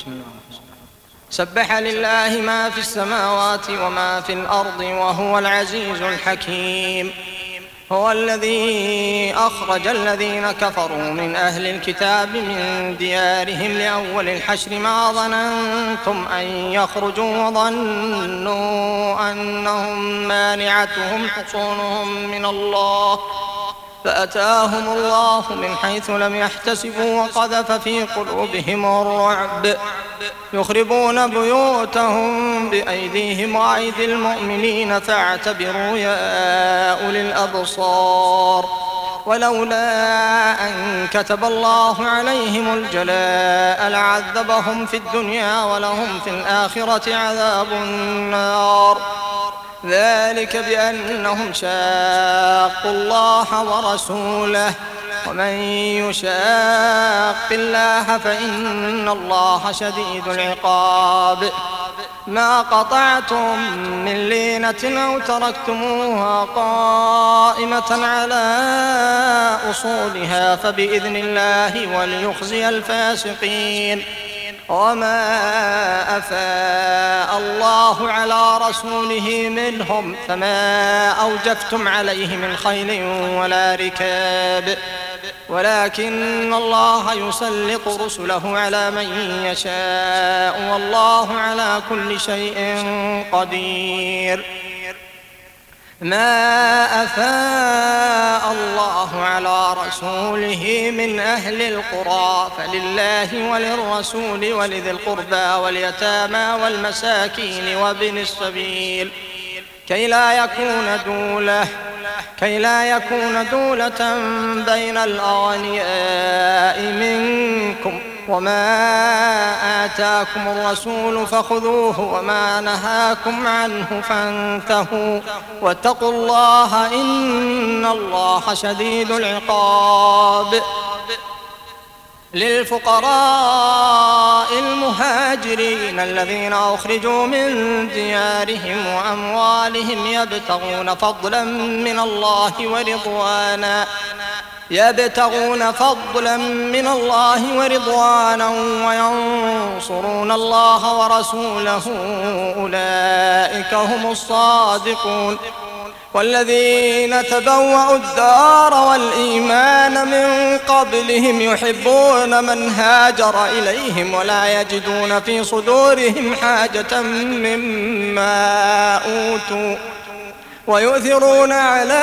سبح لله ما في السماوات وما في الأرض وهو العزيز الحكيم. هو الذي أخرج الذين كفروا من أهل الكتاب من ديارهم لأول الحشر ما ظننتم أن يخرجوا وظنوا أنهم مانعتهم حصونهم من الله فأتاهم الله من حيث لم يحتسبوا وقذف في قلوبهم الرعب يخربون بيوتهم بأيديهم وأيدي المؤمنين فاعتبروا يا أولي الأبصار. ولولا أن كتب الله عليهم الجلاء لعذبهم في الدنيا ولهم في الآخرة عذاب النار. ذلك بأنهم شاقوا الله ورسوله ومن يشاق الله فإن الله شديد العقاب. ما قطعتم من لينة أو تركتموها قائمة على أصولها فبإذن الله وليخزي الفاسقين. وما أفاء الله على رسوله منهم فما أوجفتم عليه من خيل ولا ركاب ولكن الله يسلط رسله على من يشاء والله على كل شيء قدير. ما أفاء الله على رسوله من أهل القرى فلله وللرسول ولذي القربى واليتامى والمساكين وابن السبيل كي لا يكون دولة بين الأغنياء منكم. وما آتاكم الرسول فخذوه وما نهاكم عنه فانتهوا واتقوا الله إن الله شديد العقاب. للفقراء المهاجرين الذين أخرجوا من ديارهم وأموالهم يبتغون فضلا من الله ورضوانا وينصرون الله ورسوله أولئك هم الصادقون. والذين تبوأوا الدار والإيمان من قبلهم يحبون من هاجر إليهم ولا يجدون في صدورهم حاجة مما أوتوا ويؤثرون على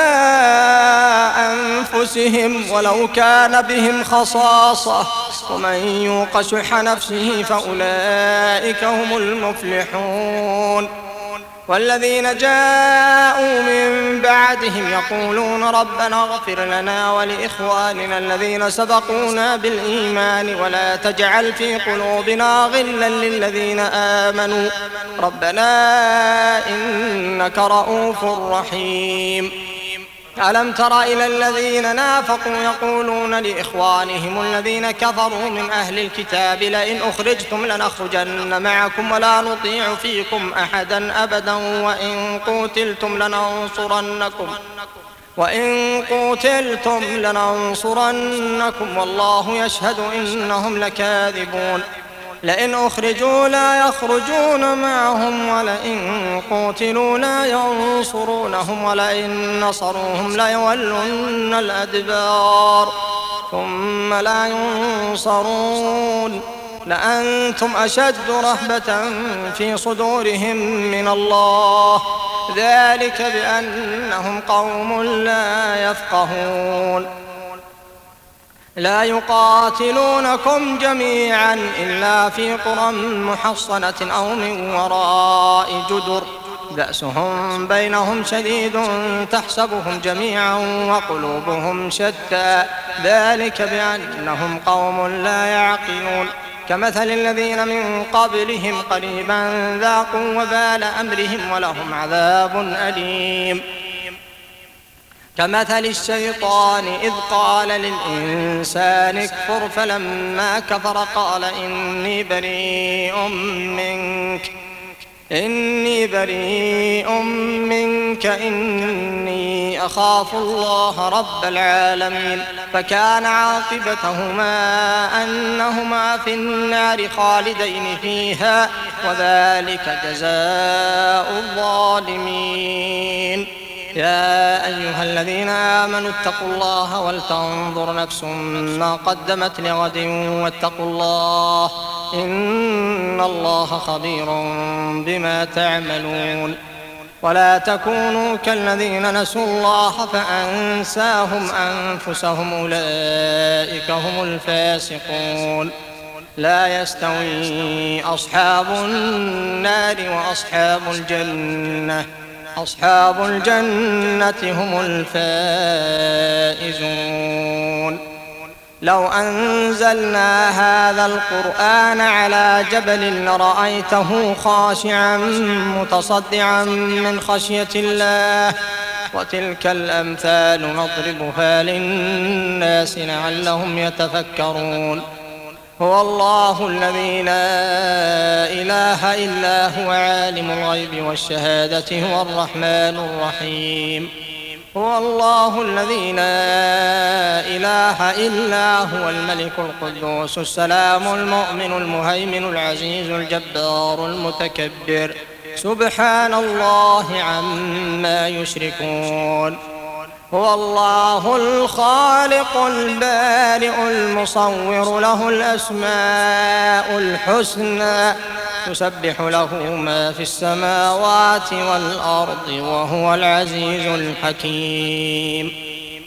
أنفسهم ولو كان بهم خصاصة ومن يوق شح نفسه فأولئك هم المفلحون. والذين جاءوا من بعدهم يقولون ربنا اغفر لنا ولإخواننا الذين سبقونا بالإيمان ولا تجعل في قلوبنا غلا للذين آمنوا ربنا إنك رؤوف رحيم. ألم تر إلى الذين نافقوا يقولون لإخوانهم الذين كفروا من أهل الكتاب لئن أخرجتم لنخرجن معكم ولا نطيع فيكم أحدا أبدا وإن قوتلتم لننصرنكم والله يشهد إنهم لكاذبون. لئن أخرجوا لا يخرجون معهم ولئن قوتلوا لا ينصرونهم ولئن نصروهم ليولن الأدبار ثم لا ينصرون. لأنتم أشد رهبة في صدورهم من الله ذلك بأنهم قوم لا يفقهون. لا يقاتلونكم جميعا إلا في قرى محصنة أو من وراء جدر بأسهم بينهم شديد تحسبهم جميعا وقلوبهم شتى ذلك بأنهم قوم لا يعقلون. كمثل الذين من قبلهم قريبا ذاقوا وبال أمرهم ولهم عذاب أليم. كمثل الشيطان إذ قال للإنسان اكفر فلما كفر قال إني بريء منك إني بريء منك إني أخاف الله رب العالمين. فكان عاقبتهما أنهما في النار خالدين فيها وذلك جزاء الظالمين. يا أيها الذين آمنوا اتقوا الله ولتنظر نفس ما قدمت لغد واتقوا الله إن الله خبير بما تعملون. ولا تكونوا كالذين نسوا الله فأنساهم أنفسهم أولئك هم الفاسقون. لا يستوي أصحاب النار وأصحاب الجنة أصحاب الجنة هم الفائزون. لو أنزلنا هذا القرآن على جبل لرأيته خاشعا متصدعا من خشية الله وتلك الأمثال نضربها للناس لعلهم يتفكرون. هو الله الذي لا إله إلا هو عالم الغيب والشهادة هو الرحمن الرحيم. هو الله الذي لا إله إلا هو الملك القدوس السلام المؤمن المهيمن العزيز الجبار المتكبر سبحان الله عما يشركون. هو الله الخالق البارئ المصور له الأسماء الحسنى يسبح له ما في السماوات والأرض وهو العزيز الحكيم.